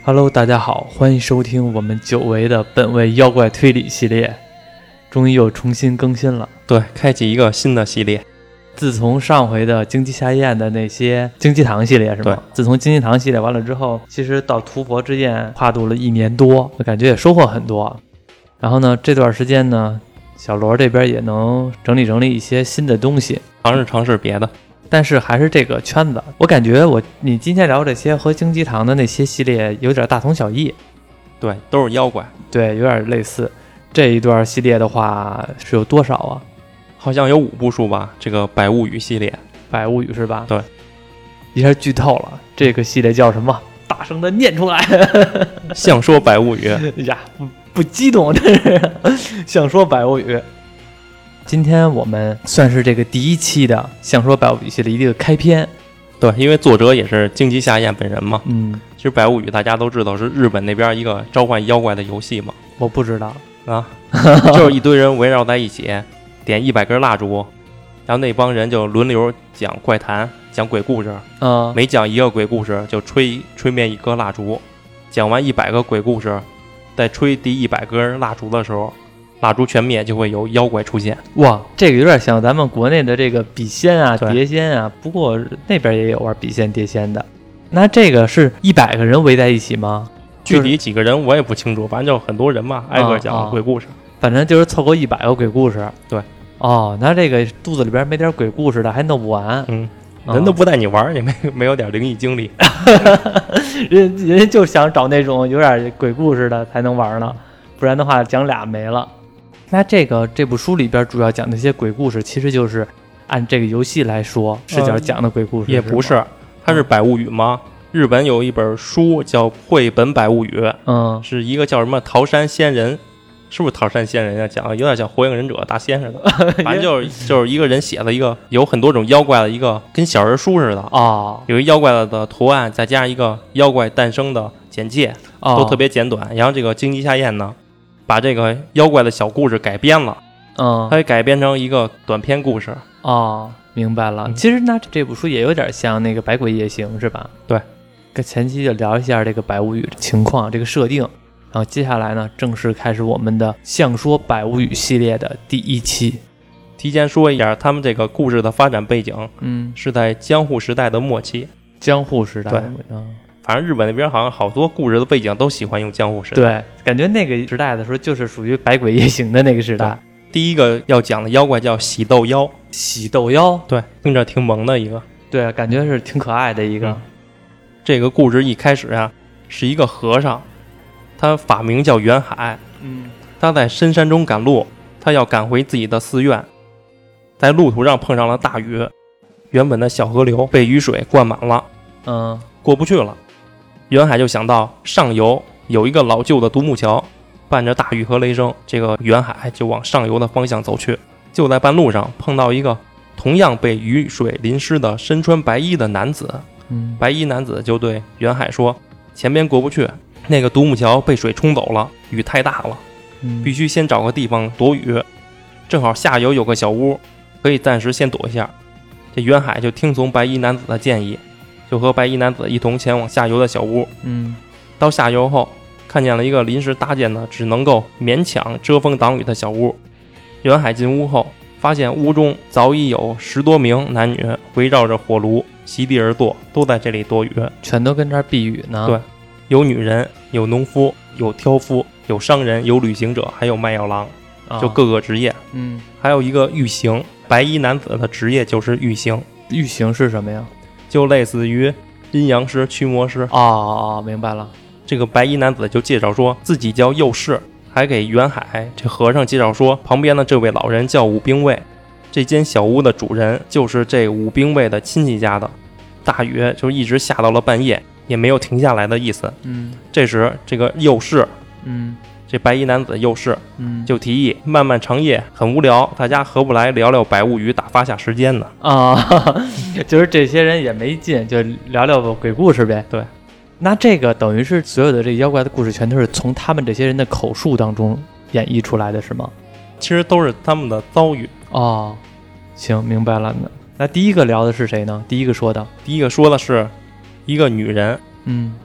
Hello， 大家好，欢迎收听我们久违的本位妖怪推理系列，终于又重新更新了。 对，开启一个新的系列。 自从上回的荆棘下咽的那些荆棘堂系列是吗？ 对， 自从荆棘堂系列完了之后，其实到屠佛之宴跨度了1年多，感觉也收获很多。然后呢，这段时间呢，小罗这边也能整理整理一些新的东西， 尝试别的。 但是还是这个圈子，我感觉你今天聊这些和荆棘堂的那些系列有点大同小异。 对，都是妖怪。 对，有点类似。这一段系列的话是有多少啊？ 好像有5部书吧，这个百物语系列。 百物语是吧？ 对， 一下剧透了，这个系列叫什么？大声的念出来。 像说百物语呀，不激动，真是像说百物语。今天我们算是这个第1期的像说百物语系列一个开篇。 对，因为作者也是荆棘下咽本人嘛。其实百物语大家都知道是日本那边一个召唤妖怪的游戏嘛。 我不知道啊，就是一堆人围绕在一起，点100根蜡烛，然后那帮人就轮流讲怪谈，讲鬼故事。每讲一个鬼故事就吹灭1颗蜡烛，讲完100个鬼故事，在吹第100根蜡烛的时候，蜡烛全灭，就会有妖怪出现。 哇，这个有点像咱们国内的这个笔仙啊、碟仙啊，不过那边也有玩笔仙、碟仙的。那这个是100个人围在一起吗？ 具体几个人我也不清楚，反正就很多人嘛，挨个讲鬼故事。 反正就是凑够100个鬼故事。 对。 哦，那这个肚子里边没点鬼故事的还弄不完。 人都不带你玩，也没有点灵异经历。 人家就想找那种有点鬼故事的才能玩呢，不然的话讲俩没了。那这部书里边主要讲那些鬼故事，其实就是按这个游戏来说是讲的鬼故事。 也不是，它是百物语吗？日本有一本书叫《绘本百物语》，是一个叫什么桃山仙人，是不是桃山仙人讲的有点像火影忍者大仙似的，反正就是一个人写的一个有很多种妖怪的一个跟小人书似的有一妖怪的图案，再加上一个妖怪诞生的简介，都特别简短。然后这个荆棘下咽呢，把这个妖怪的小故事改编了，它给改编成一个短篇故事。 明白了。其实那这部书也有点像那个《百鬼夜行》是吧？ 对， 跟前期就聊一下这个百物语的情况，这个设定。然后接下来呢，正式开始我们的像说百物语系列的第1期。 提前说一下，他们这个故事的发展背景，是在江户时代的末期。 江户时代， 对，反正日本那边好像好多故事的背景都喜欢用江户时代。 对，感觉那个时代的时候就是属于百鬼夜行的那个时代。 第一个要讲的妖怪叫喜斗妖。 喜斗妖， 对，听着挺萌的一个。 对，感觉是挺可爱的一个。 这个故事一开始啊，是一个和尚，他法名叫袁海。他在深山中赶路，他要赶回自己的寺院，在路途上碰上了大雨，原本的小河流被雨水灌满了，过不去了。袁海就想到上游有一个老旧的独木桥，伴着大雨和雷声，这个袁海就往上游的方向走去。就在半路上碰到一个同样被雨水淋湿的身穿白衣的男子。白衣男子就对袁海说，前边过不去，那个独木桥被水冲走了，雨太大了，必须先找个地方躲雨，正好下游有个小屋，可以暂时先躲一下。这袁海就听从白衣男子的建议，就和白衣男子一同前往下游的小屋。到下游后，看见了一个临时搭建的只能够勉强遮风挡雨的小屋。袁海进屋后，发现屋中早已有10多名男女围绕着火炉席地而坐，都在这里躲雨， 全都跟这儿避雨呢。 对，有女人，有农夫，有挑夫，有商人，有旅行者，还有卖药郎，就各个职业。还有一个玉行，白衣男子的职业就是玉行。 玉行是什么呀？ 就类似于阴阳师、驱魔师。 明白了。 这个白衣男子就介绍说自己叫右氏，还给袁海这和尚介绍说，旁边的这位老人叫武兵卫，这间小屋的主人就是这武兵卫的亲戚家的。大雨就一直下到了半夜，也没有停下来的意思。这时这个右氏，这白衣男子右氏，就提议漫漫长夜很无聊，大家何不来聊聊百物语，打发下时间呢？ 就是这些人也没劲，就聊聊鬼故事呗。 对。 那这个等于是所有的这个妖怪的故事全都是从他们这些人的口述当中演绎出来的是吗？ 其实都是他们的遭遇。 行，明白了。那第一个聊的是谁呢？第一个说的是一个女人，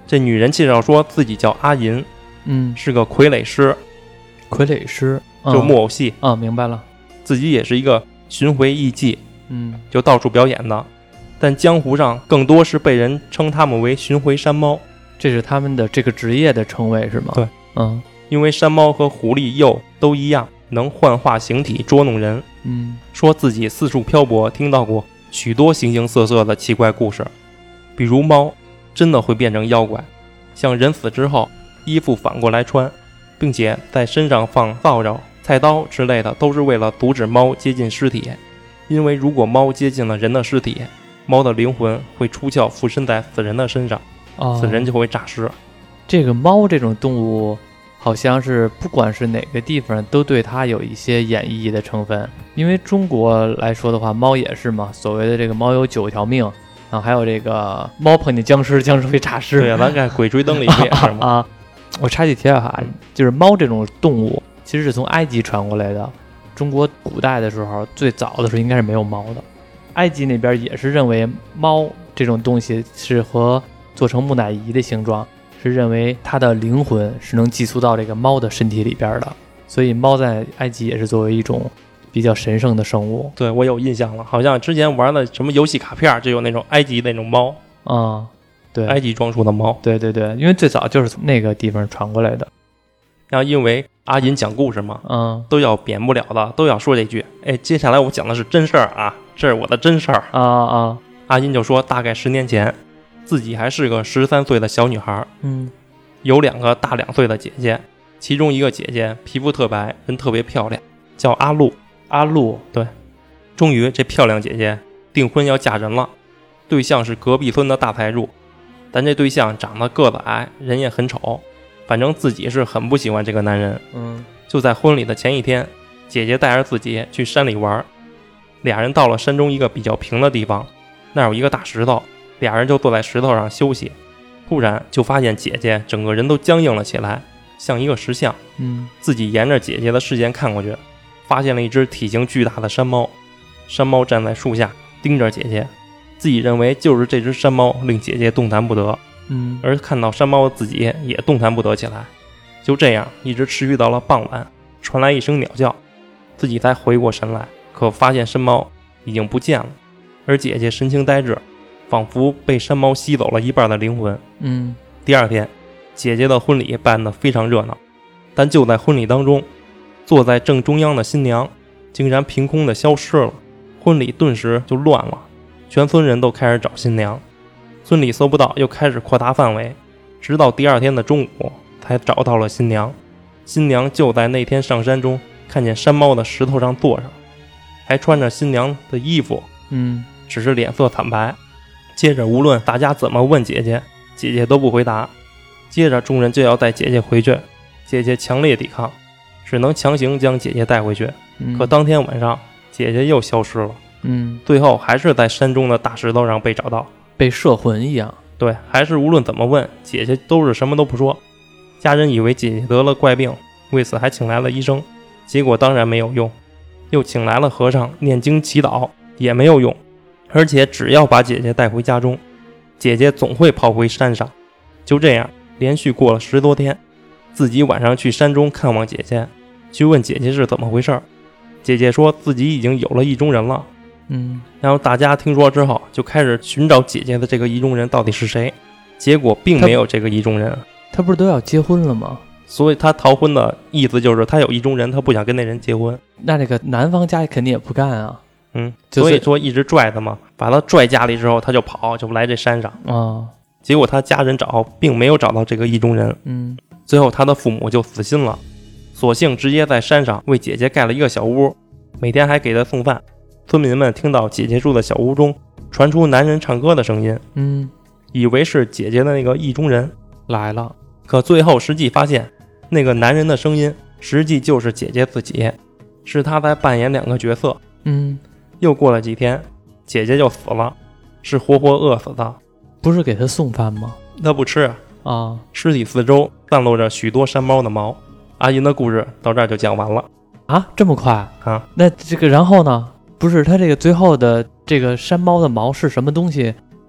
这女人介绍说自己叫阿银，是个傀儡师，就木偶戏明白了， 自己也是一个巡回艺妓，就到处表演的，但江湖上更多是被人称他们为巡回山猫， 这是他们的这个职业的称谓是吗？ 对，因为山猫和狐狸、鼬都一样，能幻化形体捉弄人。说自己四处漂泊，听到过许多形形色色的奇怪故事，比如猫真的会变成妖怪，像人死之后衣服反过来穿，并且在身上放扫帚、菜刀之类的，都是为了阻止猫接近尸体。因为如果猫接近了人的尸体，猫的灵魂会出窍附身在死人的身上，死人就会诈尸。 这个猫这种动物好像是不管是哪个地方都对它有一些演绎的成分，因为中国来说的话，猫也是嘛，所谓的这个猫有9条命啊，还有这个猫碰见僵尸，僵尸会诈尸。 对啊，咱看《鬼吹灯》里面是吗？ 我插句题外话，就是猫这种动物其实是从埃及传过来的。中国古代的时候，最早的时候应该是没有猫的。埃及那边也是认为猫这种东西是和做成木乃伊的形状，是认为它的灵魂是能寄宿到这个猫的身体里边的，所以猫在埃及也是作为一种比较神圣的生物。 对，我有印象了，好像之前玩的什么游戏卡片就有那种埃及那种猫对， 埃及装束的猫。 对，因为最早就是从那个地方传过来的。 然后因为阿银讲故事嘛，都要免不了的，都要说这句，接下来我讲的是真事儿啊，这是我的真事儿阿银就说，大概10年前，自己还是个13岁的小女孩，有2个大2岁的姐姐，其中一个姐姐皮肤特白，人特别漂亮，叫阿露，对，终于这漂亮姐姐订婚要嫁人了，对象是隔壁村的大财主，但这对象长得个子矮，人也很丑。反正自己是很不喜欢这个男人。就在婚礼的前一天，姐姐带着自己去山里玩，俩人到了山中一个比较平的地方，那有一个大石头，俩人就坐在石头上休息。突然就发现姐姐整个人都僵硬了起来，像一个石像。自己沿着姐姐的视线看过去，发现了一只体型巨大的山猫。山猫站在树下盯着姐姐，自己认为就是这只山猫令姐姐动弹不得。而看到山猫自己也动弹不得起来，就这样一直持续到了傍晚，传来一声鸟叫，自己才回过神来，可发现山猫已经不见了，而姐姐神情呆滞，仿佛被山猫吸走了一半的灵魂。第二天，姐姐的婚礼办得非常热闹，但就在婚礼当中，坐在正中央的新娘竟然凭空的消失了，婚礼顿时就乱了，全村人都开始找新娘。村里搜不到，又开始扩大范围，直到第2天的中午才找到了新娘。新娘就在那天上山中看见山猫的石头上坐上，还穿着新娘的衣服，只是脸色惨白。接着无论大家怎么问姐姐，姐姐都不回答。接着众人就要带姐姐回去，姐姐强烈抵抗，只能强行将姐姐带回去。可当天晚上姐姐又消失了，最后还是在山中的大石头上被找到， 被摄魂一样。 对，还是无论怎么问，姐姐都是什么都不说。家人以为姐姐得了怪病，为此还请来了医生，结果当然没有用，又请来了和尚念经祈祷，也没有用。而且只要把姐姐带回家中，姐姐总会跑回山上。就这样连续过了10多天，自己晚上去山中看望姐姐，去问姐姐是怎么回事。姐姐说自己已经有了意中人了。然后大家听说之后就开始寻找姐姐的这个意中人到底是谁，结果并没有这个意中人。 他不是都要结婚了吗？ 所以他逃婚的意思就是他有意中人，他不想跟那人结婚。 那这个男方家肯定也不干啊。 所以说一直拽他嘛，把他拽家里之后他就跑，就来这山上。结果他家人找并没有找到这个意中人。最后他的父母就死心了，索性直接在山上为姐姐盖了一个小屋，每天还给她送饭。村民们听到姐姐住的小屋中传出男人唱歌的声音，以为是姐姐的那个意中人来了， 可最后实际发现那个男人的声音实际就是姐姐自己，是她在扮演2个角色。又过了几天，姐姐就死了，是活活饿死的。 不是给她送饭吗？ 她不吃啊。 尸体四周散落着许多山猫的毛。阿银的故事到这儿就讲完了啊，这么快啊？ 那这个然后呢？不是他这个最后的这个山猫的毛是什么东西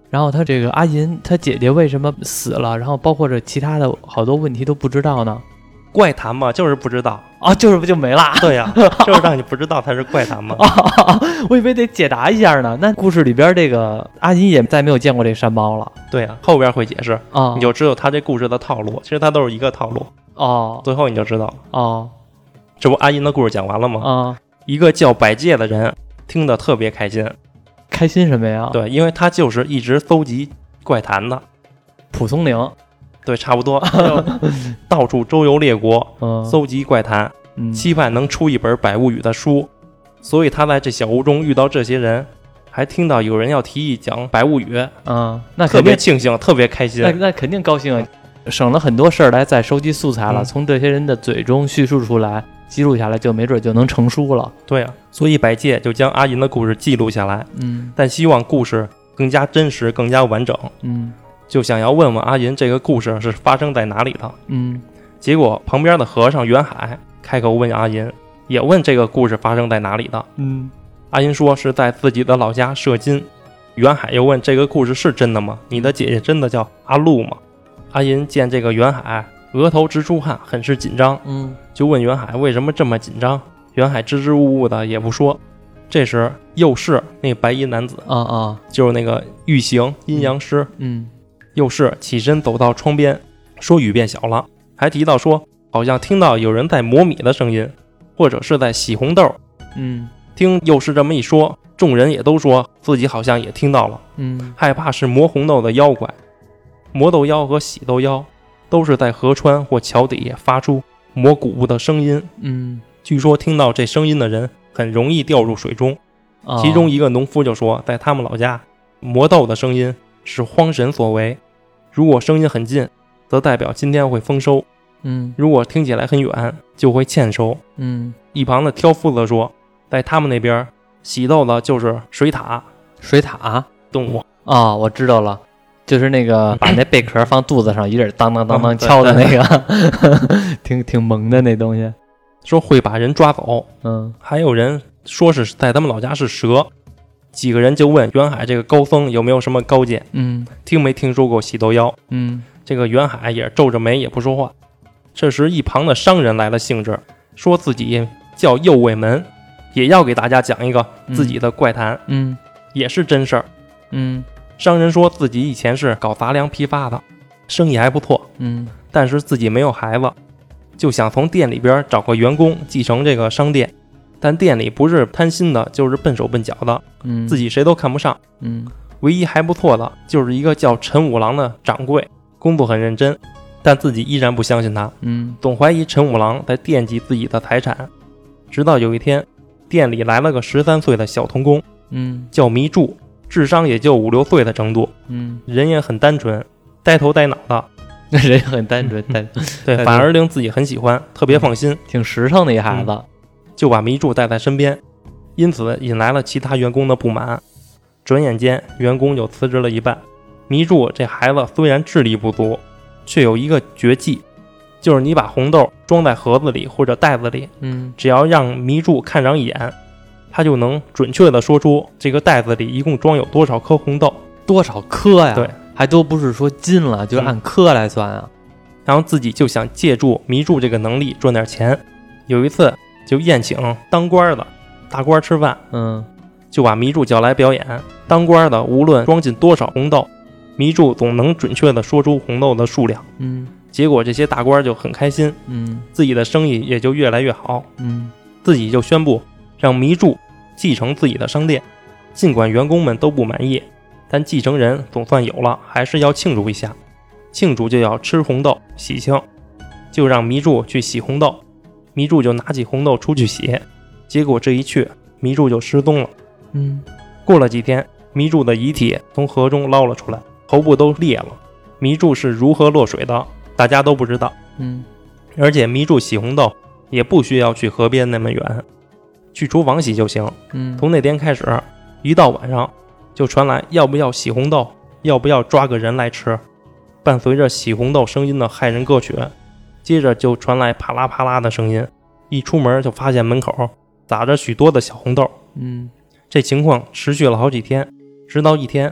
然后他这个阿银他姐姐为什么死了，然后包括这其他的好多问题都不知道呢？ 怪谈嘛，就是不知道啊，就是不就没了？ 对呀、就是让你不知道它是怪谈嘛。 我以为得解答一下呢。那故事里边这个阿银也再没有见过这山猫了。 对呀、后边会解释啊， 你就知道他这故事的套路，其实它都是一个套路。 哦， 最后你就知道了。 哦， 这不阿银的故事讲完了吗？ 啊， 一个叫百介的人听得特别开心。 开心什么呀？ 对，因为他就是一直搜集怪谈的。 蒲松龄， 对，差不多，到处周游列国，搜集怪谈，期盼能出一本百物语的书。所以他在这小屋中遇到这些人，还听到有人要提议讲百物语， 那特别庆幸，特别开心。 那肯定高兴，省了很多事儿来再收集素材了，从这些人的嘴中叙述出来，记录下来，就没准就能成书了。 对啊，所以百介就将阿银的故事记录下来，但希望故事更加真实，更加完整，就想要问问阿银这个故事是发生在哪里的。结果旁边的和尚袁海开口问阿银，也问这个故事发生在哪里的。阿银说是在自己的老家射津。袁海又问这个故事是真的吗？你的姐姐真的叫阿露吗？阿银见这个袁海额头直出汗，很是紧张，就问袁海为什么这么紧张。袁海支支吾吾的也不说。这时右氏那白衣男子就是那个玉行阴阳师，右氏起身走到窗边，说雨变小了，还提到说好像听到有人在磨米的声音，或者是在洗红豆。听右氏这么一说，众人也都说自己好像也听到了，害怕是磨红豆的妖怪。磨豆妖和洗豆妖都是在河川或桥底发出磨谷物的声音。据说听到这声音的人很容易掉入水中。其中一个农夫就说，在他们老家磨豆的声音是荒神所为，如果声音很近则代表今天会丰收，如果听起来很远就会欠收。一旁的挑夫子说，在他们那边洗豆的就是水獭动物。 我知道了，就是那个把那贝壳放肚子上一人当当当当敲的那个挺萌的那东西， 说会把人抓走。还有人说是在他们老家是蛇。几个人就问袁海这个高僧有没有什么高见，听没听说过洗豆妖。这个袁海也皱着眉也不说话。这时一旁的商人来了兴致，说自己叫右卫门，也要给大家讲一个自己的怪谈，也是真事儿。商人说自己以前是搞杂粮批发的，生意还不错，但是自己没有孩子，就想从店里边找个员工继承这个商店，但店里不是贪心的就是笨手笨脚的，自己谁都看不上。唯一还不错的就是一个叫陈五郎的掌柜，工作很认真，但自己依然不相信他，总怀疑陈五郎在惦记自己的财产。直到有一天，店里来了个13岁的小童工，叫迷柱，智商也就5、6岁的程度，人也很单纯，呆头呆脑的。 人也很单纯， 对，反而令自己很喜欢，特别放心， 挺实诚的一孩子， 就把迷柱带在身边，因此引来了其他员工的不满。转眼间，员工就辞职了一半。迷柱这孩子虽然智力不足，却有一个绝技，就是你把红豆装在盒子里或者袋子里，只要让迷柱看上一眼，他就能准确地说出这个袋子里一共装有多少颗红豆。 多少颗呀？ 对， 还都不是说斤了，就是按颗来算啊。 然后自己就想借助迷柱这个能力赚点钱。有一次就宴请当官的大官吃饭，就把迷柱叫来表演。当官的无论装进多少红豆，迷柱总能准确地说出红豆的数量。结果这些大官就很开心，自己的生意也就越来越好。自己就宣布让迷柱继承自己的商店，尽管员工们都不满意，但继承人总算有了，还是要庆祝一下。庆祝就要吃红豆喜庆，就让迷柱去洗红豆。迷柱就拿起红豆出去洗，结果这一去，迷柱就失踪了。过了几天，迷柱的遗体从河中捞了出来，头部都裂了。迷柱是如何落水的，大家都不知道。而且迷柱洗红豆也不需要去河边那么远，去厨房洗就行。从那天开始，一到晚上就传来要不要洗红豆，要不要抓个人来吃。伴随着洗红豆声音的骇人歌曲，接着就传来啪啦啪啦的声音。一出门就发现门口撒着许多的小红豆。这情况持续了好几天，直到一天，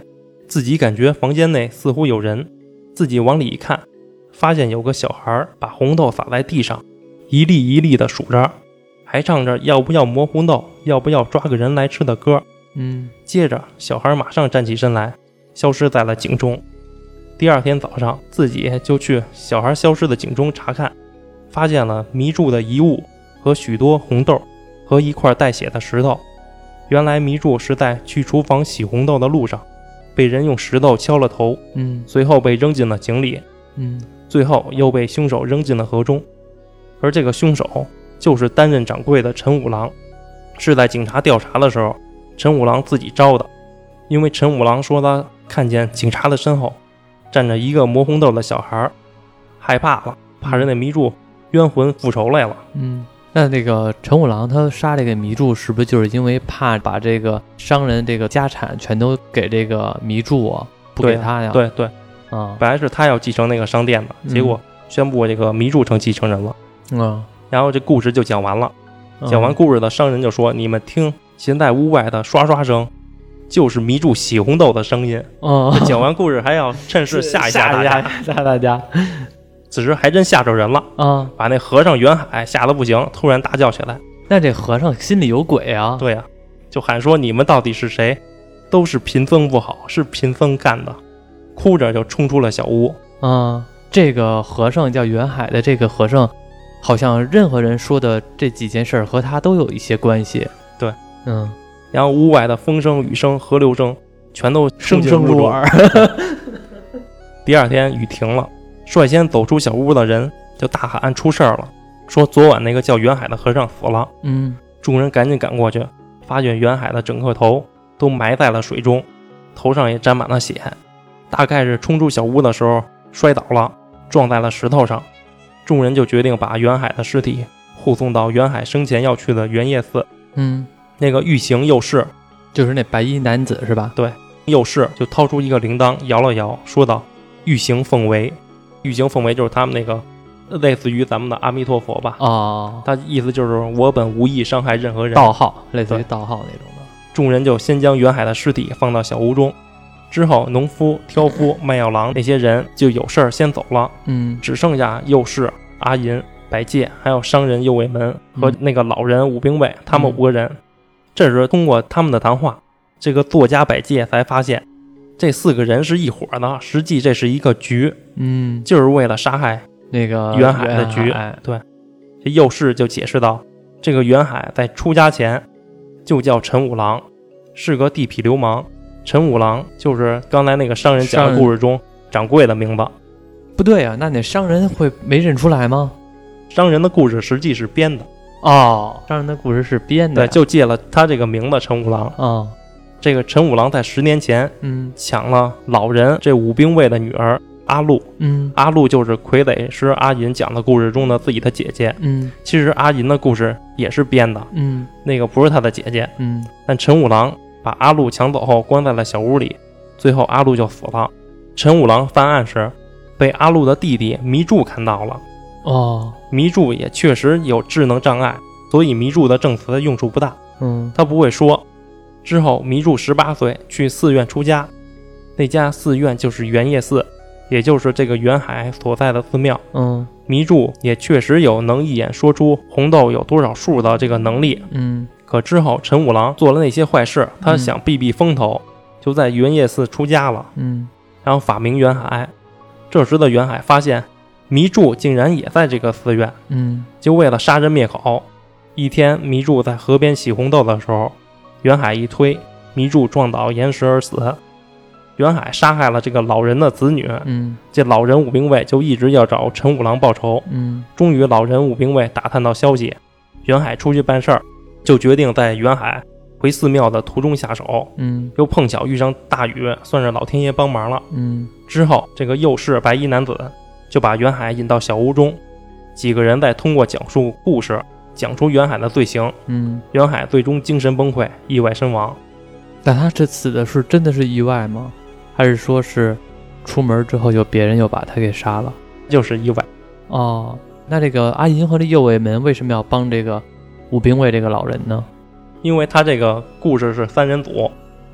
自己感觉房间内似乎有人，自己往里一看，发现有个小孩把红豆撒在地上，一粒一粒的数着，还唱着要不要磨红豆，要不要抓个人来吃的歌。接着小孩马上站起身来，消失在了井中。第二天早上，自己就去小孩消失的井中查看，发现了迷柱的遗物和许多红豆和一块带血的石头。原来迷柱是在去厨房洗红豆的路上被人用石头敲了头，随后被扔进了井里，最后又被凶手扔进了河中。而这个凶手就是担任掌柜的陈五郎，是在警察调查的时候陈五郎自己招的。因为陈五郎说他看见警察的身后站着一个磨红豆的小孩，害怕了，怕人那迷柱冤魂复仇来了。 那个陈五郎他杀这个迷柱，是不是就是因为怕把这个商人这个家产全都给这个迷柱啊，不给他呀？ 对，本来是他要继承那个商店的，结果宣布这个迷柱成继承人了。然后这故事就讲完了。讲完故事的商人就说：“你们听，现在屋外的刷刷声，就是迷柱洗红豆的声音。”讲完故事还要趁势吓一吓大家。 此时还真吓着人了把那和尚袁海吓得不行，突然大叫起来。 那这和尚心里有鬼啊？ 对啊，就喊说：“你们到底是谁？都是贫僧不好，是贫僧干的。”哭着就冲出了小屋。 这个和尚叫袁海的这个和尚，好像任何人说的这几件事和他都有一些关系。 对，然后屋外的风声、雨声、河流声全都声声入耳。 第二天雨停了，率先走出小屋的人就大喊出事了，说昨晚那个叫袁海的和尚死了。众人赶紧赶过去，发现袁海的整个头都埋在了水中，头上也沾满了血，大概是冲出小屋的时候摔倒了，撞在了石头上。众人就决定把袁海的尸体护送到袁海生前要去的圆叶寺。那个御刑右侍， 就是那白衣男子是吧？ 对，右侍就掏出一个铃铛摇了摇，说道：“御刑奉为。”御刑奉为就是他们那个类似于咱们的阿弥陀佛吧。他意思就是我本无意伤害任何人， 道号，类似于道号那种的。 众人就先将袁海的尸体放到小屋中，之后农夫、挑夫、卖药郎那些人就有事儿先走了。只剩下右侍、阿银、百介还有商人右卫门和那个老人武兵卫，他们5个人。这时通过他们的谈话，这个作家百介才发现这4个人是一伙的，实际这是一个局，就是为了杀害那个袁海的局。对，这右侍就解释到，这个袁海在出家前就叫陈五郎，是个地痞流氓。陈五郎就是刚才那个商人讲的故事中掌柜的名字。 不对啊，那商人会没认出来吗？ 商人的故事实际是编的。 商人的故事是编的。 对，就借了他这个名字陈五郎。这个陈五郎在10年前抢了老人这武兵卫的女儿阿露。阿露就是傀儡师阿银讲的故事中的自己的姐姐。其实阿银的故事也是编的。那个不是他的姐姐。但陈五郎把阿露抢走后关在了小屋里，最后阿露就死了。陈五郎犯案时被阿露的弟弟迷柱看到了。迷柱也确实有智能障碍，所以迷柱的证词用处不大。他不会说。之后迷柱18岁去寺院出家，那家寺院就是圆叶寺，也就是这个袁海所在的寺庙。迷柱也确实有能一眼说出红豆有多少数的这个能力。可之后陈五郎做了那些坏事，他想避避风头，就在圆叶寺出家了。然后法名袁海。这时的袁海发现迷柱竟然也在这个寺院。就为了杀人灭口，一天迷柱在河边洗红豆的时候，袁海一推，迷柱撞倒岩石而死。袁海杀害了这个老人的子女。这老人武兵卫就一直要找陈五郎报仇。终于老人武兵卫打探到消息，袁海出去办事儿，就决定在袁海回寺庙的途中下手。又碰巧遇上大雨，算是老天爷帮忙了。之后这个右侍白衣男子就把袁海引到小屋中，几个人再通过讲述故事讲出袁海的罪行。袁海最终精神崩溃，意外身亡。 但他这死的是真的是意外吗？还是说是出门之后别人又把他给杀了？ 就是意外。 那这个阿银和这右卫门为什么要帮这个武兵卫这个老人呢？ 因为他这个故事是3人组，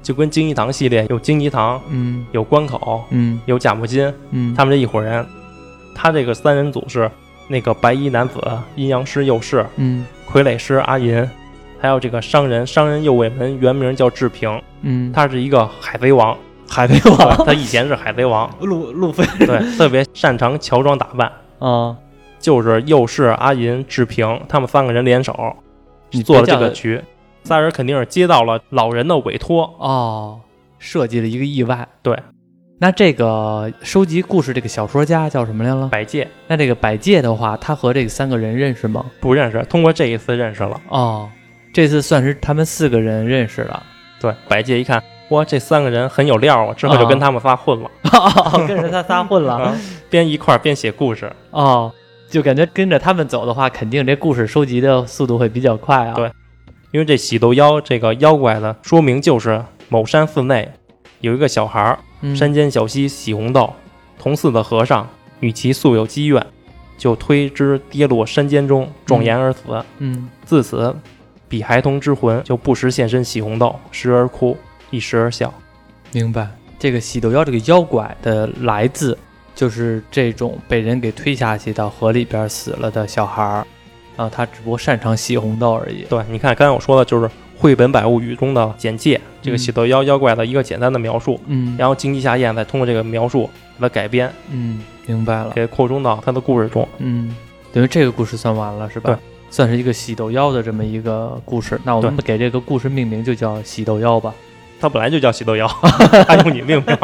就跟金鸡堂系列有金鸡堂，有关口，有贾木金，他们这一伙人。他这个3人组是那个白衣男子阴阳师右士，傀儡师阿银，还有这个商人右卫门，原名叫志平，他是一个海贼王，他以前是海贼王， 路飞， 对，特别擅长乔装打扮啊， 就是右士阿银志平他们3个人联手做了这个局。仨人肯定是接到了老人的委托设计了一个意外。 对， 那这个收集故事这个小说家叫什么来了？ 百介。那这个百介的话，他和这个3个人认识吗？ 不认识，通过这一次认识了。 这次算是他们4个人认识了。 对，百介一看，哇，这3个人很有料啊，之后就跟他们仨混了。 跟着他仨混了， 边一块边写故事。 就感觉跟着他们走的话，肯定这故事收集的速度会比较快啊。 对。因为这喜斗妖这个妖怪的说明就是某山寺内有一个小孩，山间小溪洗红豆，同寺的和尚与其素有积怨，就推之跌落山间中，壮言而死。自此彼孩童之魂就不时现身洗红豆，时而哭，一时而笑。 明白。这个喜斗妖这个妖怪的来自就是这种被人给推下去到河里边死了的小孩，他只不过擅长洗红豆而已。 对，你看刚才我说的就是绘本百物语中的简介，这个喜斗妖妖怪的一个简单的描述，然后荆棘下咽再通过这个描述给它改编， 明白了， 给扩充到它的故事中。 等于这个故事算完了是吧？ 对， 算是一个喜斗妖的这么一个故事。那我们给这个故事命名就叫喜斗妖吧。 它本来就叫喜斗妖，还用你命名？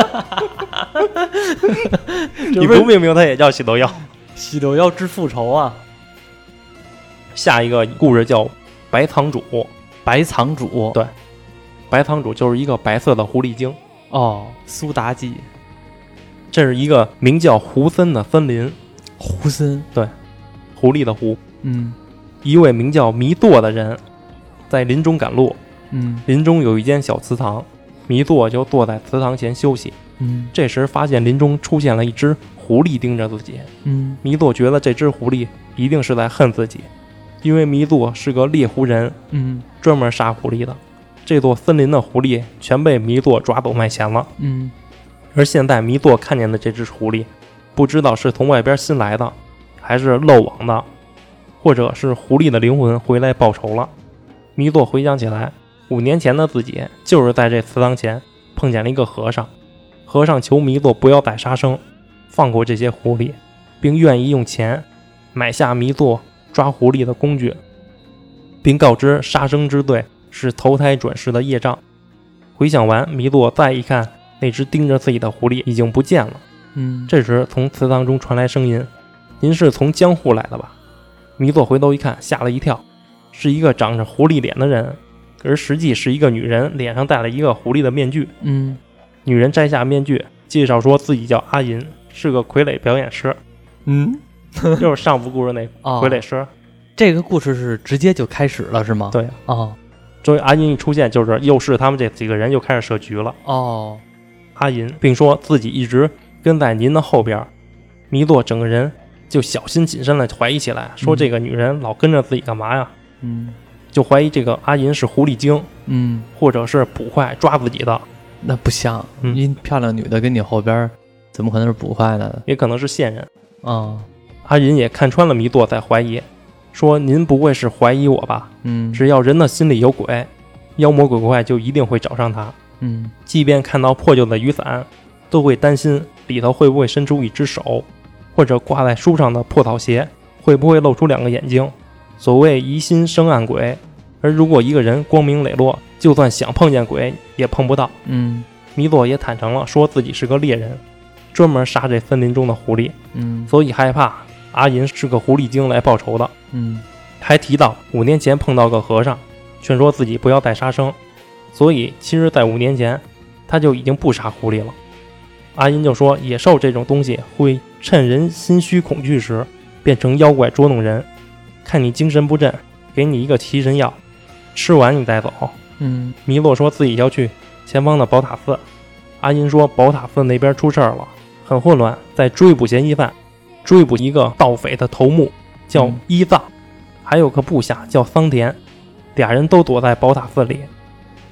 你不命名它也叫喜斗妖。 喜斗妖之复仇啊！ 下一个故事叫白藏主。 白藏主， 对，白藏主就是一个白色的狐狸精。 苏妲己。 这是一个名叫胡森的森林。 胡森， 对，狐狸的狐。一位名叫弥作的人在林中赶路。林中有一间小祠堂，弥作就坐在祠堂前休息。这时发现林中出现了一只狐狸盯着自己。弥作觉得这只狐狸一定是在恨自己，因为弥作是个猎狐人，专门杀狐狸的。这座森林的狐狸全被弥作抓走卖钱了。而现在弥作看见的这只狐狸，不知道是从外边新来的，还是漏网的，或者是狐狸的灵魂回来报仇了。弥作回想起来，5年前的自己就是在这祠堂前碰见了一个和尚，和尚求弥作不要再杀生，放过这些狐狸，并愿意用钱买下弥作抓狐狸的工具，并告知杀生之罪是投胎转世的业障。回想完，弥作再一看，那只盯着自己的狐狸已经不见了。这时从祠堂中传来声音：“您是从江户来的吧？”弥作回头一看，吓了一跳，是一个长着狐狸脸的人，而实际是一个女人，脸上戴了一个狐狸的面具。女人摘下面具，介绍说自己叫阿银，是个傀儡表演师。就是上部故事那傀儡师。 这个故事是直接就开始了是吗？ 对。终于阿银一出现，就是又是他们这几个人就开始设局了。阿银并说自己一直跟在您的后边。弥作整个人就小心谨慎的怀疑起来，说这个女人老跟着自己干嘛呀？就怀疑这个阿银是狐狸精，或者是捕快抓自己的。 那不像，一漂亮女的跟你后边，怎么可能是捕快呢？ 也可能是线人。阿银也看穿了弥作在怀疑，说您不会是怀疑我吧？只要人的心里有鬼，妖魔鬼怪就一定会找上他。即便看到破旧的雨伞，都会担心里头会不会伸出一只手，或者挂在书上的破草鞋会不会露出2个眼睛。所谓疑心生暗鬼，而如果一个人光明磊落，就算想碰见鬼也碰不到。弥作也坦诚了，说自己是个猎人，专门杀这森林中的狐狸，所以害怕阿银是个狐狸精来报仇的。还提到5年前碰到个和尚，劝说自己不要再杀生，所以其实在5年前他就已经不杀狐狸了。阿银就说，野兽这种东西会趁人心虚恐惧时变成妖怪捉弄人，看你精神不振，给你一个提神药，吃完你再走。弥作说自己要去前方的宝塔寺。阿银说宝塔寺那边出事了，很混乱，在追捕嫌疑犯，追捕一个盗匪的头目叫伊藏，还有个部下叫桑田，俩人都躲在宝塔寺里。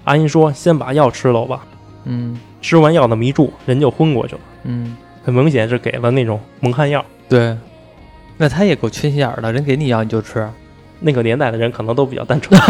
阿银说先把药吃了吧。吃完药的迷住，人就昏过去了。很明显是给了那种蒙汗药。 对，那他也够缺心眼儿的，人给你药你就吃。 那个年代的人可能都比较单纯。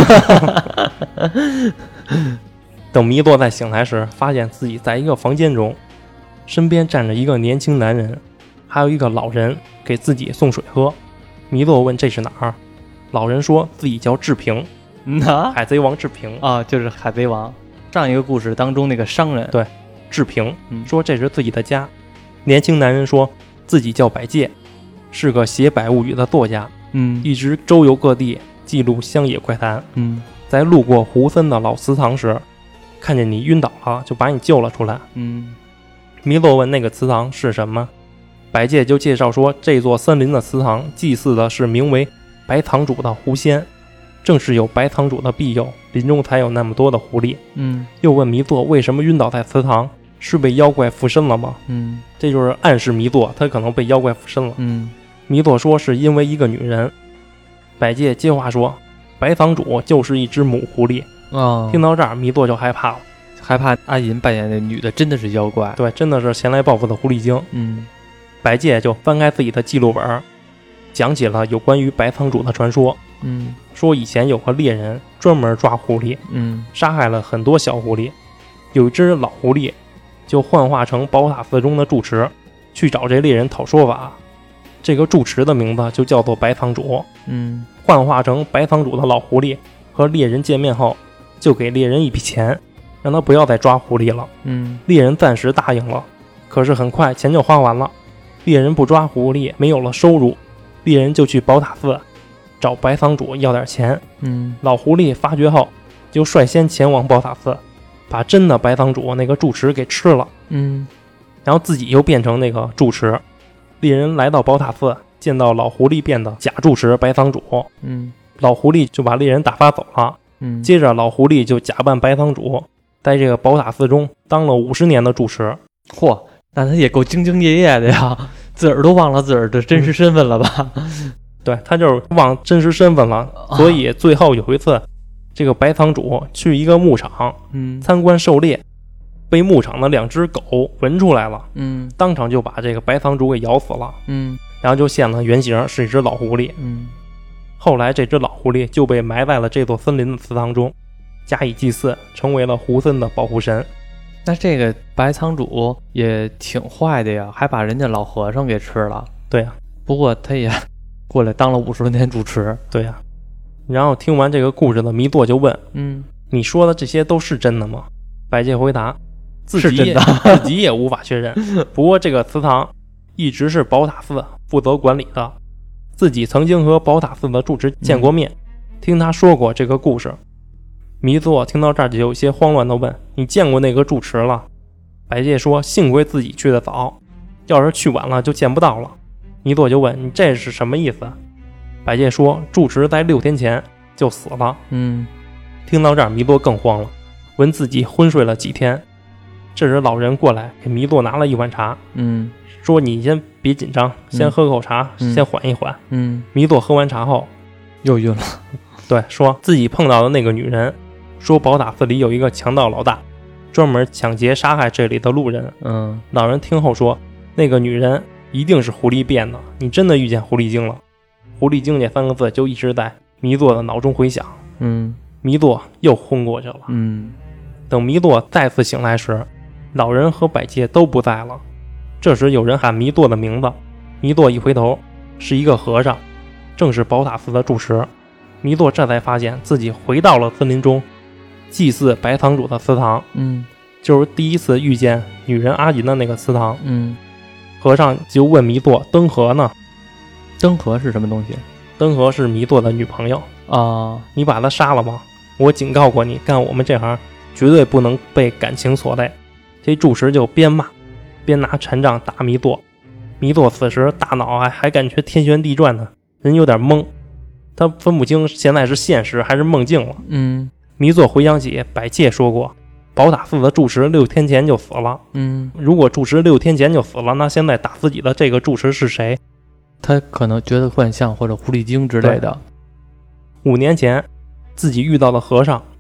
等弥多再醒来时，发现自己在一个房间中，身边站着一个年轻男人，还有一个老人给自己送水喝。弥多问这是哪儿，老人说自己叫志平，海贼王志平啊，就是海贼王上一个故事当中那个商人。 对，志平说这是自己的家。年轻男人说自己叫百介，是个写百物语的作家，一直周游各地记录乡野怪谈。在路过胡森的老祠堂时，看见你晕倒了，就把你救了出来。弥多问那个祠堂是什么，百介就介绍说这座森林的祠堂祭祀的是名为白堂主的狐仙，正是有白堂主的庇佑，林中才有那么多的狐狸。又问弥多为什么晕倒在祠堂，是被妖怪附身了吗？这就是暗示弥多他可能被妖怪附身了。弥多说是因为一个女人。百介接话说白堂主就是一只母狐狸。听到这儿弥多就害怕了， 害怕阿银扮演的女的真的是妖怪。 对，真的是前来报复的狐狸精。百介就翻开自己的记录本，讲起了有关于白堂主的传说。说以前有个猎人专门抓狐狸，杀害了很多小狐狸，有一只老狐狸就幻化成宝塔寺中的住持，去找这猎人讨说法。这个住持的名字就叫做白堂主。幻化成白堂主的老狐狸和猎人见面后，就给猎人一笔钱，让他不要再抓狐狸了。猎人暂时答应了，可是很快钱就花完了，猎人不抓狐狸，没有了收入，猎人就去宝塔寺找白堂主要点钱。老狐狸发觉后，就率先前往宝塔寺，把真的白堂主那个住持给吃了。然后自己又变成那个住持。猎人来到宝塔寺，见到老狐狸变的假住持白堂主。老狐狸就把猎人打发走了。接着老狐狸就假扮白堂主，在这个宝塔寺中当了50年的住持。 嚯，那他也够兢兢业业的呀，自个儿都忘了自个儿的真实身份了吧？ 对，他就是忘真实身份了。所以最后有一次，这个白堂主去一个牧场参观狩猎，被牧场的2只狗闻出来了，当场就把这个白堂主给咬死了。然后就现了原形，是一只老狐狸。后来这只老狐狸就被埋在了这座森林的祠堂中，加以祭祀，成为了胡森的保护神。 那这个白堂主也挺坏的呀，还把人家老和尚给吃了。 对呀， 不过他也过来当了50年主持。 对呀。然后听完这个故事的弥多就问，你说的这些都是真的吗？百介回答，自己也无法确认。不过这个祠堂一直是宝塔寺负责管理的，自己曾经和宝塔寺的住持见过面，听他说过这个故事。弥多听到这儿就有些慌乱地问，你见过那个住持了？百介说，幸亏自己去得早，要是去晚了就见不到了。弥多就问，你这是什么意思？百介说，住持在6天前就死了。听到这儿弥多更慌了，问自己昏睡了几天。这时老人过来给弥多拿了一碗茶，说你先别紧张，先喝口茶，先缓一缓。弥多喝完茶后又晕了。 对，说自己碰到的那个女人，说宝塔寺里有一个强盗老大，专门抢劫杀害这里的路人。老人听后说，那个女人一定是狐狸变的，你真的遇见狐狸精了。狐狸精这3个字就一直在弥多的脑中回响。弥多又昏过去了。等弥多再次醒来时，老人和百介都不在了。这时有人喊弥多的名字，弥多一回头，是一个和尚，正是宝塔寺的住持。弥多这才发现自己回到了森林中，祭祀白堂主的祠堂。就是第一次遇见女人阿银的那个祠堂。和尚就问弥多，灯河呢？ 灯河是什么东西？ 灯河是弥多的女朋友啊。 你把她杀了吗？我警告过你，干我们这行绝对不能被感情所累。这住持就边骂边拿禅杖打弥多。弥多此时大脑还感觉天旋地转的，人有点懵，他分不清现在是现实还是梦境了。弥多回想起百介说过，宝塔寺的住持6天前就死了。如果住持6天前就死了，那现在打自己的这个住持是谁？ 他可能觉得幻象或者狐狸精之类的。 5年前自己遇到的和尚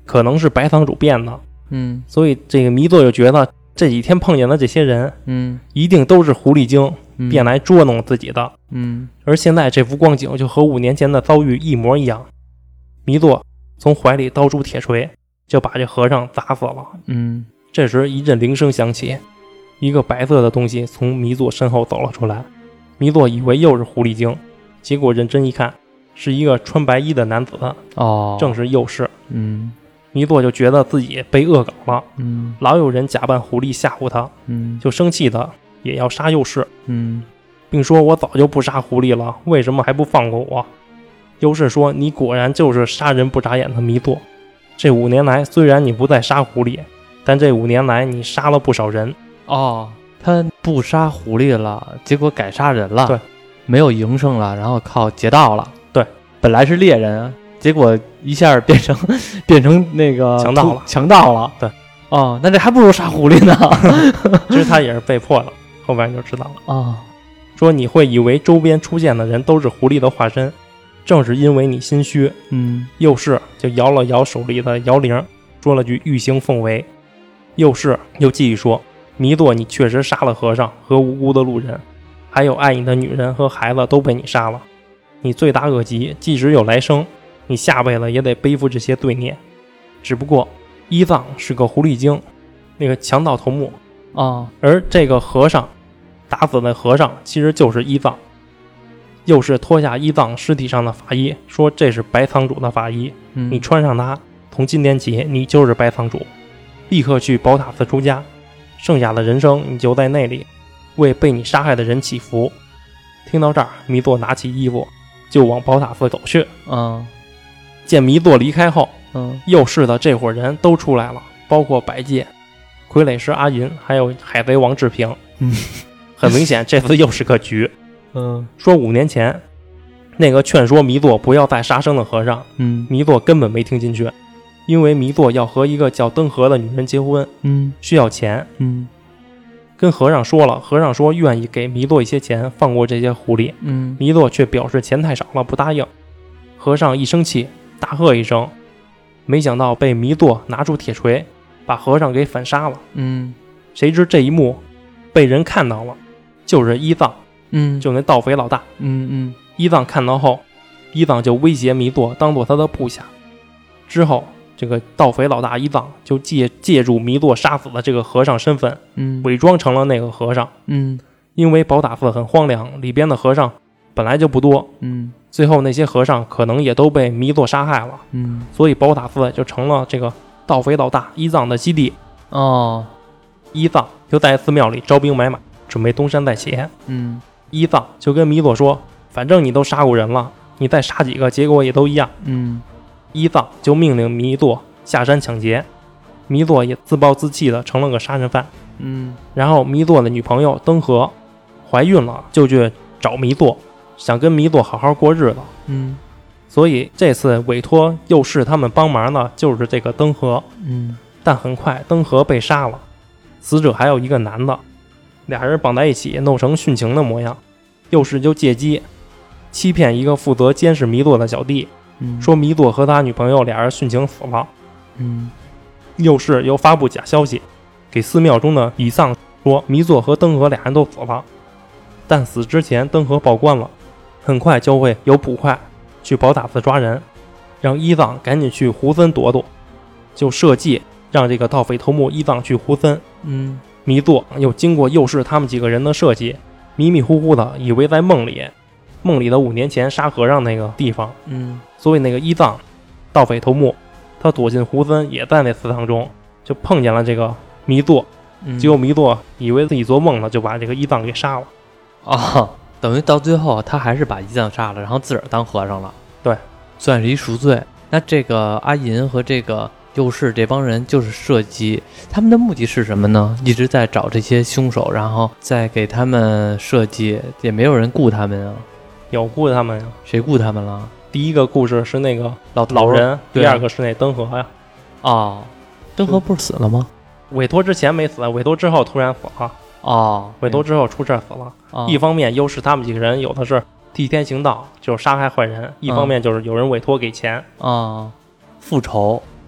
可能是白堂主变的。所以这个弥作就觉得这几天碰见的这些人，一定都是狐狸精变来捉弄自己的。而现在这幅光景就和5年前的遭遇一模一样。弥作从怀里掏出铁锤，就把这和尚砸死了。这时一阵铃声响起，一个白色的东西从弥作身后走了出来。弥作以为又是狐狸精，结果认真一看，是一个穿白衣的男子。正是右氏。弥作就觉得自己被恶搞了。老有人假扮狐狸吓唬他。就生气的也要杀右氏。并说我早就不杀狐狸了，为什么还不放过我？右氏说你果然就是杀人不眨眼的弥作，这5年来虽然你不再杀狐狸，但这5年来你杀了不少人。 他不杀狐狸了，结果改杀人了。 对， 没有营生了，然后靠劫道了。 对， 本来是猎人，结果一下变成那个强盗了。 对， 那这还不如杀狐狸呢。 其实他也是被迫的，后边就知道了。 说你会以为周边出现的人都是狐狸的化身，正是因为你心虚。右氏就摇了摇手里的摇铃，说了句欲行奉为。右氏又继续说，弥作你确实杀了和尚和无辜的路人，还有爱你的女人和孩子都被你杀了。你罪大恶极，即使有来生，你下辈子也得背负这些罪孽。只不过伊藏是个狐狸精，那个强盗头目。而这个和尚打死的和尚其实就是伊藏。又是脱下伊藏尸体上的法衣，说这是白堂主的法衣。你穿上它，从今天起你就是白堂主，立刻去宝塔寺出家，剩下的人生你就在那里为被你杀害的人祈福。听到这儿，弥作拿起衣服就往宝塔寺走去。见弥作离开后，右氏的这伙人都出来了，包括百介、傀儡师阿银，还有海贼王志平。很明显这次又是个局。说5年前那个劝说弥作不要再杀生的和尚，弥作根本没听进去，因为弥作要和一个叫登河的女人结婚，需要钱。跟和尚说了，和尚说愿意给弥作一些钱，放过这些狐狸。弥作却表示钱太少了，不答应。和尚一生气，大喝一声，没想到被弥作拿出铁锤把和尚给反杀了。谁知这一幕被人看到了，就是伊藏。就那盗匪老大。伊藏看到后，伊藏就威胁弥作当做他的部下。之后这个盗匪老大伊藏就借助弥作杀死的这个和尚身份，伪装成了那个和尚。因为宝塔寺很荒凉，里边的和尚本来就不多。最后那些和尚可能也都被弥作杀害了。所以宝塔寺就成了这个盗匪老大伊藏的基地。伊藏就在寺庙里招兵买马，准备东山再起。伊藏就跟弥作说，反正你都杀过人了，你再杀几个结果也都一样。伊藏就命令弥作下山抢劫，弥作也自暴自弃的成了个杀人犯。然后弥作的女朋友登河怀孕了，就去找弥作，想跟弥作好好过日子。所以这次委托右氏他们帮忙的就是这个登河。但很快登河被杀了，死者还有一个男的，俩人绑在一起弄成殉情的模样。右氏就借机欺骗一个负责监视弥作的小弟，说弥作和他女朋友俩人殉情死了。右氏又发布假消息给寺庙中的以藏说弥作和登河俩人都死了，但死之前登河报官了，很快就会有捕快去宝塔寺抓人，让伊藏赶紧去胡森躲躲，就设计让这个盗匪头目伊藏去胡森。弥作又经过右氏他们几个人的设计，迷迷糊糊的以为在梦里的5年前杀和尚那个地方。所以那个伊藏盗匪头目他躲进胡森也在那祠堂中，就碰见了这个弥作。结果弥作以为自己做梦了，就把这个伊藏给杀了。 等于到最后他还是把伊藏杀了，然后自个儿当和尚了。 对， 算是一赎罪。那这个阿银和这个右氏这帮人就是设计，他们的目的是什么呢？一直在找这些凶手，然后再给他们设计，也没有人雇他们啊。 有雇他们呀？ 谁雇他们了？ 第一个故事是那个老人，第二个是那登河呀。 登河不是死了吗？ 委托之前没死，委托之后突然死了。委托之后出事死了。一方面又是他们几个人有的是替天行道，就是杀害坏人；一方面就是有人委托给钱。 复仇。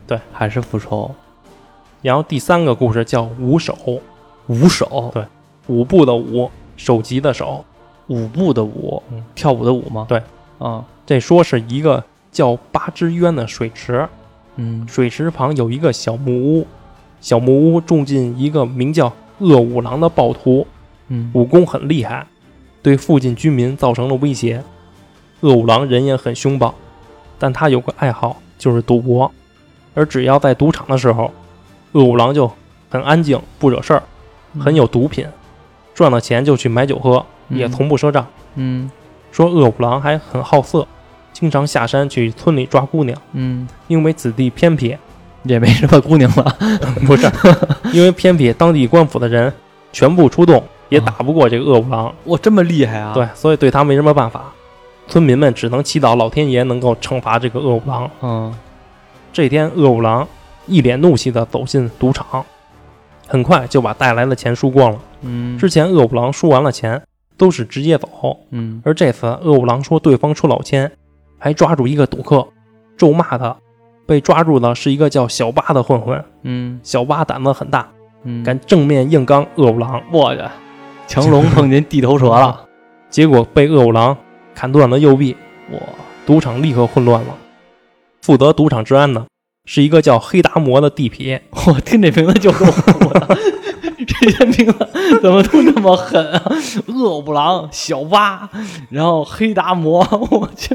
对， 还是复仇。 然后第3个故事叫舞手。 舞手， 对，舞步的舞，手级的手。 舞步的舞，跳舞的舞吗？ 对，这说是一个叫八之渊的水池，水池旁有一个小木屋，小木屋住进一个名叫恶五郎的暴徒，武功很厉害，对附近居民造成了威胁。恶五郎人也很凶暴，但他有个爱好就是赌博，而只要在赌场的时候，恶五郎就很安静，不惹事儿，很有毒品，赚了钱就去买酒喝，也从不赊账。说恶五郎还很好色，经常下山去村里抓姑娘。因为此地偏僻， 也没什么姑娘了。 不是，因为偏僻，当地官府的人全部出动，也打不过这个恶五郎。 哇，这么厉害啊！ 对，所以对他没什么办法，村民们只能祈祷老天爷能够惩罚这个恶五郎。这天恶五郎一脸怒气地走进赌场，很快就把带来的钱输光了。之前恶五郎输完了钱都是直接走，而这次恶五郎说对方出老千，还抓住一个赌客，咒骂他。被抓住的是一个叫小八的混混。小八胆子很大，敢正面硬刚恶五郎。 我去，强龙碰见地头蛇了， 结果被恶五郎砍断了右臂。赌场立刻混乱了。负责赌场治安的是一个叫黑达摩的地痞。 我听这名字就够火的，这些名字怎么都那么狠啊！恶五郎、小八，然后黑达摩，我去。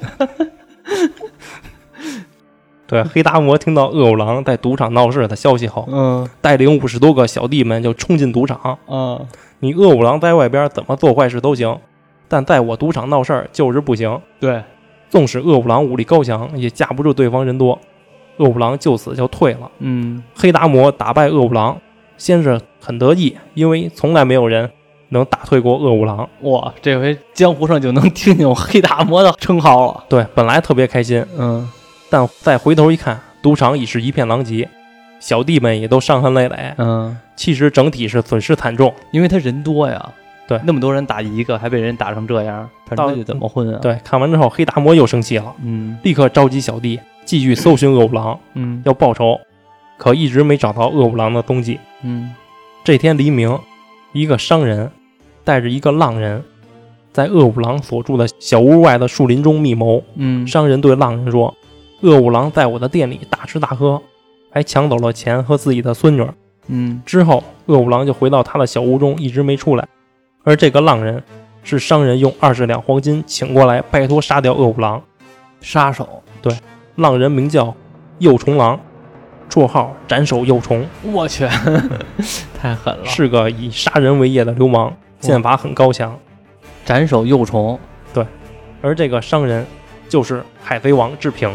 对，黑达摩听到恶五郎在赌场闹事的消息后，带领50多个小弟们就冲进赌场。你恶五郎在外边怎么做坏事都行，但在我赌场闹事儿就是不行。 对， 纵使恶五郎武力高强，也架不住对方人多，恶五郎就此就退了。黑达摩打败恶五郎，先是很得意，因为从来没有人能打退过恶五郎。 哇，这回江湖上就能听见黑达摩的称号了。 对，本来特别开心。但再回头一看，赌场已是一片狼藉，小弟们也都伤痕累累。其实整体是损失惨重， 因为他人多呀。 对， 那么多人打一个，还被人打成这样，到底怎么混啊？ 对，看完之后，黑达摩又生气了，立刻召集小弟继续搜寻恶五郎，要报仇，可一直没找到恶五郎的踪迹。这天黎明，一个商人带着一个浪人，在恶五郎所住的小屋外的树林中密谋。商人对浪人说，恶五郎在我的店里大吃大喝，还抢走了钱和自己的孙女。之后恶五郎就回到他的小屋中，一直没出来。而这个浪人是商人用20两黄金请过来，拜托杀掉恶五郎。 杀手。 对，浪人名叫右重郎，绰号斩首右重。 我去，太狠了， 是个以杀人为业的流氓，剑法很高强。 斩首右重。 对，而这个商人就是海贼王志平。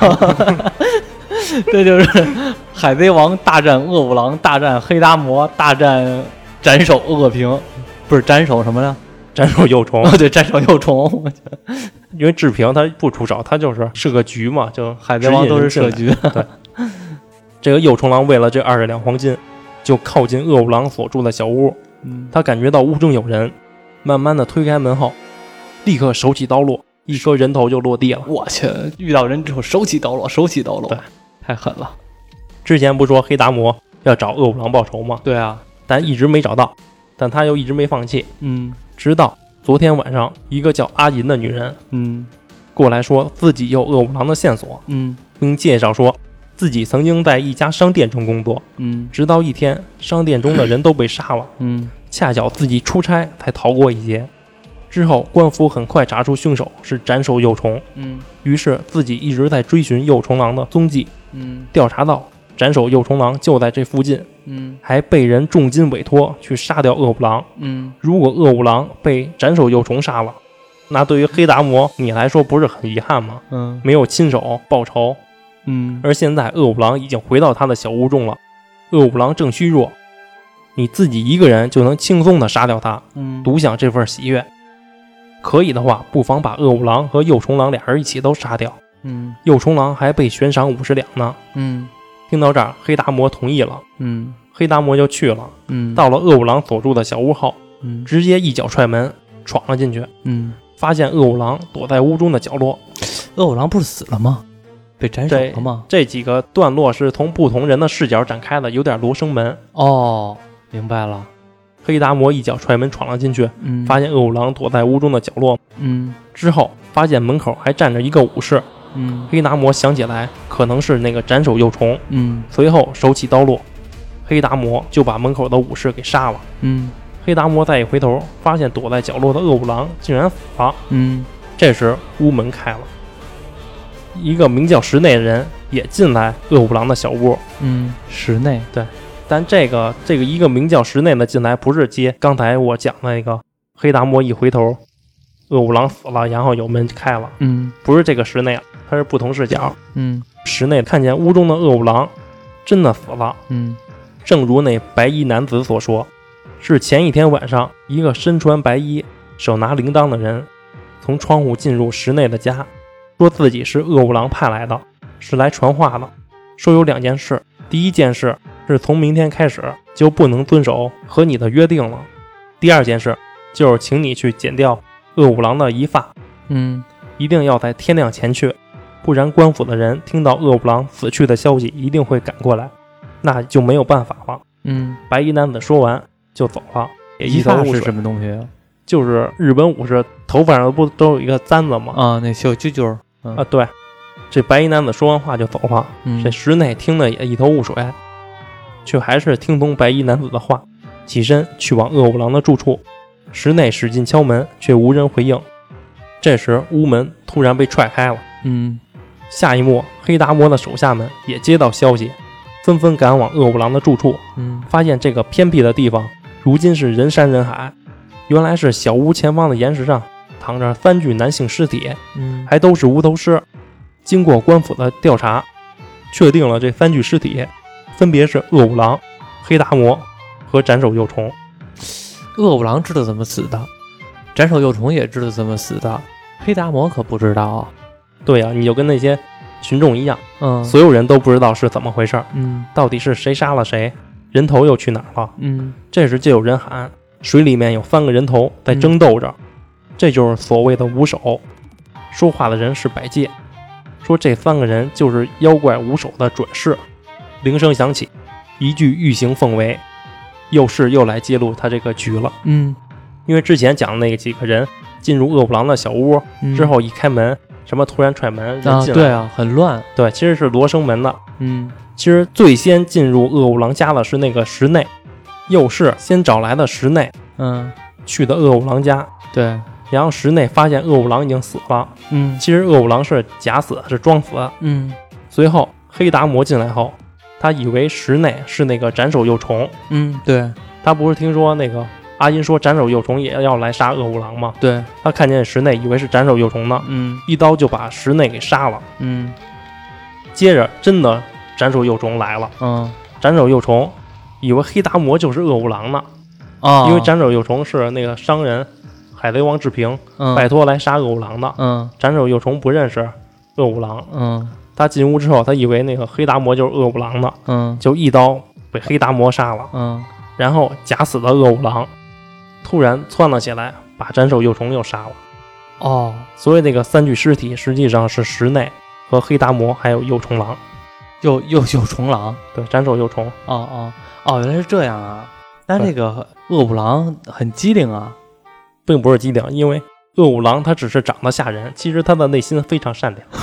这就是海贼王大战恶五郎，大战黑达摩，大战斩首恶平，不是斩首什么呢？ 斩首右重。 对，斩首右重。 因为志平他不出手，他就是设个局嘛，就海贼王都是设局。 对，这个右重郎为了这20两黄金，就靠近恶五郎所住的小屋。他感觉到屋中有人，慢慢的推开门后，立刻手起刀落，一颗人头就落地了。 我去，遇到人之后手起刀落，手起刀落。 对， 太狠了。 之前不说黑达摩要找恶五郎报仇吗？ 对啊， 但一直没找到，但他又一直没放弃。直到昨天晚上，一个叫阿银的女人过来说自己有恶五郎的线索，并介绍说自己曾经在一家商店中工作，直到一天商店中的人都被杀了，恰巧自己出差才逃过一劫。之后官府很快查出凶手是斩首右重，于是自己一直在追寻右重郎的踪迹，调查到斩首右重郎就在这附近，还被人重金委托去杀掉恶五郎。如果恶五郎被斩首右重杀了，那对于黑达摩你来说不是很遗憾吗？没有亲手报仇。而现在恶五郎已经回到他的小屋中了，恶五郎正虚弱，你自己一个人就能轻松的杀掉他，独享这份喜悦。可以的话，不妨把恶五郎和右重郎俩人一起都杀掉。右重郎还被悬赏50两呢。听到这儿，黑达摩同意了。黑达摩就去了。到了恶五郎所住的小屋后，直接一脚踹门闯了进去。发现恶五郎躲在屋中的角落。 恶五郎不是死了吗？ 被斩首了吗？ 这几个段落是从不同人的视角展开的，有点罗生门。 哦，明白了。 黑达摩一脚踹门闯了进去，发现恶五郎躲在屋中的角落。之后发现门口还站着一个武士。黑达摩想起来可能是那个斩首幼虫。随后手起刀落，黑达摩就把门口的武士给杀了。黑达摩再一回头，发现躲在角落的恶五郎竟然死了。这时屋门开了，一个名叫石内的人也进来恶五郎的小屋。 石内， 对。但这个一个名叫石内的进来，不是接刚才我讲的那个黑达摩一回头恶五郎死了，然后有门开了。不是这个石内，它是不同视角。石内看见屋中的恶五郎真的死了。正如那白衣男子所说，是前一天晚上一个身穿白衣手拿铃铛的人从窗户进入石内的家，说自己是恶五郎派来的，是来传话的，说有2件事。第一件事是从明天开始就不能遵守和你的约定了。第2件事就是请你去剪掉恶五郎的一发。一定要在天亮前去，不然官府的人听到恶五郎死去的消息一定会赶过来，那就没有办法了。白衣男子说完就走了。 一发是什么东西啊？ 就是日本武士头发上不都有一个簪子吗？ 那小揪揪。 对。这白衣男子说完话就走了。这石内听得也一头雾水，却还是听从白衣男子的话，起身去往恶五郎的住处。石内使劲敲门，却无人回应。这时屋门突然被踹开了。下一幕，黑达摩的手下们也接到消息，纷纷赶往恶五郎的住处。发现这个偏僻的地方如今是人山人海，原来是小屋前方的岩石上躺着3具男性尸体，还都是无头尸。经过官府的调查，确定了这3具尸体分别是恶五郎、黑达摩和斩首幼虫。 恶五郎知道怎么死的，斩首幼虫也知道怎么死的，黑达摩可不知道啊。 对啊，你就跟那些群众一样，所有人都不知道是怎么回事。到底是谁杀了谁，人头又去哪儿了？这时就有人喊，水里面有3个人头在争斗着，这就是所谓的五手。说话的人是百介，说这3个人就是妖怪五手的准氏。铃声响起，一具玉形凤尾又来揭露他这个局了。因为之前讲的那几个人进入恶五郎的小屋之后，一开门什么突然踹门人进来， 对啊，很乱。 对，其实是罗生门的。其实最先进入恶五郎家的是那个石内，又是先找来的石内去的恶五郎家。 对， 然后石内发现恶五郎已经死了。其实恶五郎是假死，是装死。随后黑达摩进来后，他以为石内是那个斩首幼虫。 对， 他不是听说那个阿银说斩首幼虫也要来杀恶五郎吗？ 对， 他看见石内以为是斩首幼虫呢，一刀就把石内给杀了。接着真的斩首幼虫来了。斩首幼虫以为黑达摩就是恶五郎呢。因为斩首幼虫是那个商人海贼王志平拜托来杀恶五郎的。斩首幼虫不认识恶五郎。他进屋之后，他以为那个黑达摩就是恶五郎的。就一刀被黑达摩杀了。然后假死的恶五郎突然窜了起来，把斩首幼虫又杀了。所以那个3具尸体实际上是石内和黑达摩还有幼虫狼。 又虫狼。 对，斩首幼虫。 原来是这样啊。那这个恶五郎很机灵啊。 并不是机灵，因为恶五郎他只是长得吓人，其实他的内心非常善良。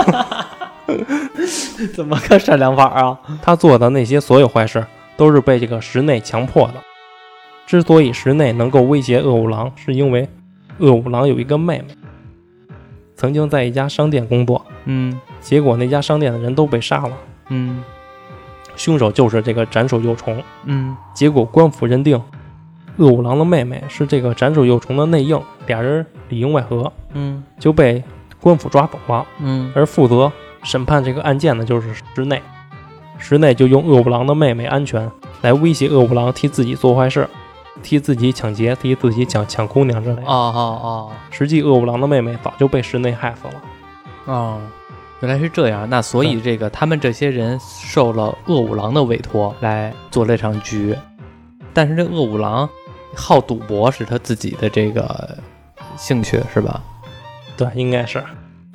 怎么个善良法啊？ 他做的那些所有坏事都是被这个石内强迫的。之所以石内能够威胁恶五郎，是因为恶五郎有一个妹妹，曾经在一家商店工作。结果那家商店的人都被杀了。凶手就是这个斩首幼虫。结果官府认定恶五郎的妹妹是这个斩首幼虫的内应，俩人里应外合。就被官府抓走了。而负责审判这个案件的就是石内。石内就用恶五郎的妹妹安全来威胁恶五郎替自己做坏事，替自己抢劫，替自己抢姑娘之类的。实际恶五郎的妹妹早就被石内害死了。 原来是这样。那所以这个他们这些人受了恶五郎的委托来做这场局，但是这恶五郎好赌博是他自己的这个兴趣是吧？ 对，应该是。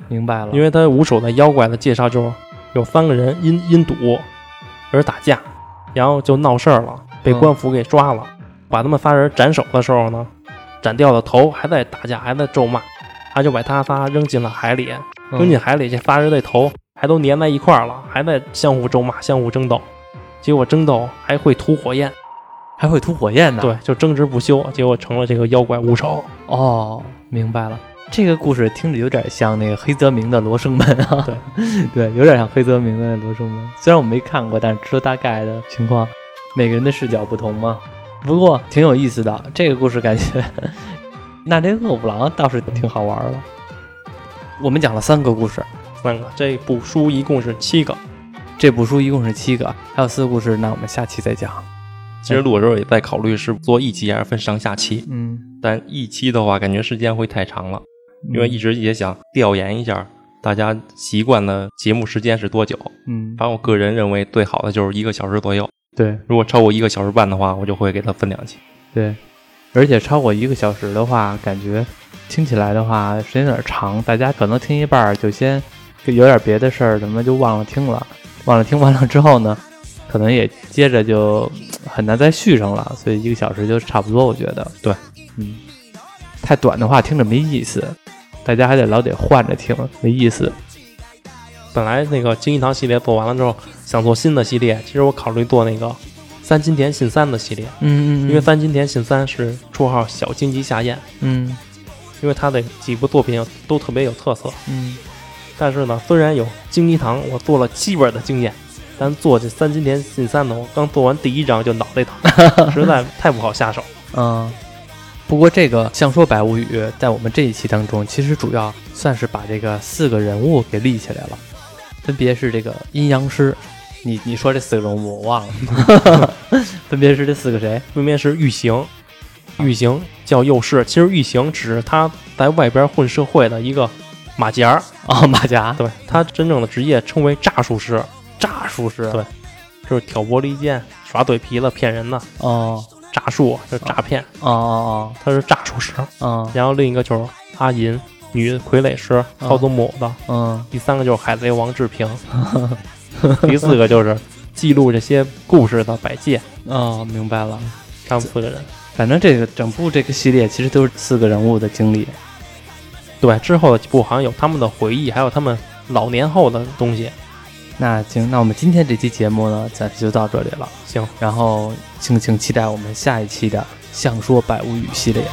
明白了。 因为他五手的妖怪的介绍就是有3个人因赌而打架，然后就闹事儿了，被官府给抓了，把他们仨人斩首的时候呢，斩掉的头还在打架，还在咒骂，他就把他仨扔进了海里，扔进海里，这仨人的头还都粘在一块儿了，还在相互咒骂，相互争斗，结果争斗还会吐火焰， 还会吐火焰呢？ 对，就争执不休，结果成了这个妖怪五手。 哦，明白了。这个故事听着有点像那个黑泽明的罗生门啊， 对对，有点像黑泽明的罗生门。虽然我没看过，但是知道大概的情况，每个人的视角不同嘛。不过挺有意思的，这个故事感觉，那这饿不狼倒是挺好玩的。我们讲了3个故事 ，3个，这部书一共是7个， 这部书一共是7个，还有4个故事，那我们下期再讲。 其实录的时候也在考虑是做一期还是分上下期，但一期的话感觉时间会太长了，因为一直也想调研一下大家习惯的节目时间是多久。反正我个人认为最好的就是1个小时左右。 对， 如果超过1个小时半的话，我就会给它分2期。 对，而且超过1个小时的话，感觉听起来的话时间有点长，大家可能听一半就先有点别的事儿，怎么就忘了听了。忘了听完了之后呢，可能也接着就很难再续上了，所以1个小时就差不多，我觉得。 对， 太短的话听着没意思，大家还得老得换着听，没意思。 本来那个金一堂系列做完了之后，想做新的系列，其实我考虑做那个三金田信三的系列。因为三金田信三是绰号小荆棘夏彦。因为他的几部作品都特别有特色。但是呢，虽然有金一堂我做了7本的经验，但做这三金田信三呢，我刚做完第1章就脑袋疼，实在太不好下手。 不过这个相说百物语在我们这一期当中，其实主要算是把这个4个人物给立起来了，分别是这个阴阳师。你说这4个人物我忘了，分别是这4个谁？ 分别是玉行，玉行叫右士，其实玉行只是他在外边混社会的一个马甲马甲。 对，他真正的职业称为诈术师。 诈术师， 对，就是挑拨离间、耍嘴皮子、骗人的。诈术就是诈骗。他是诈术师。然后另一个就是阿银，女傀儡师，操纵木偶的。第3个就是海贼王志平。第4个就是记录这些故事的百介。 明白了， 他们4个人。 反正这个整部这个系列其实都是4个人物的经历。 对，之后的几部好像有他们的回忆，还有他们老年后的东西。 那行，那我们今天这期节目呢，暂时就到这里了。 行， 然后敬请期待我们下一期的相说百物语系列。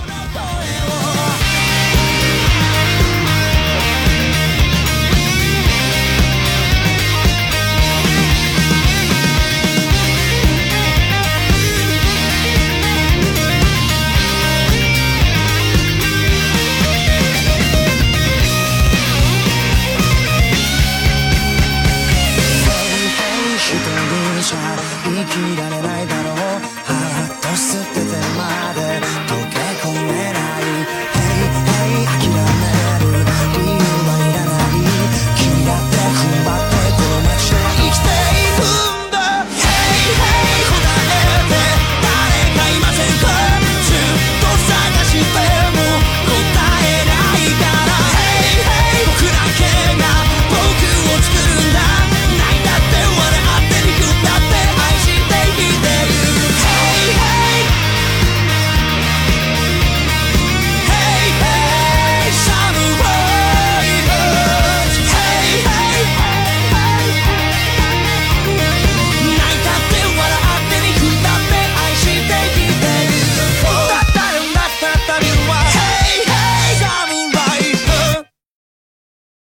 生きられないだろうハート捨ててまで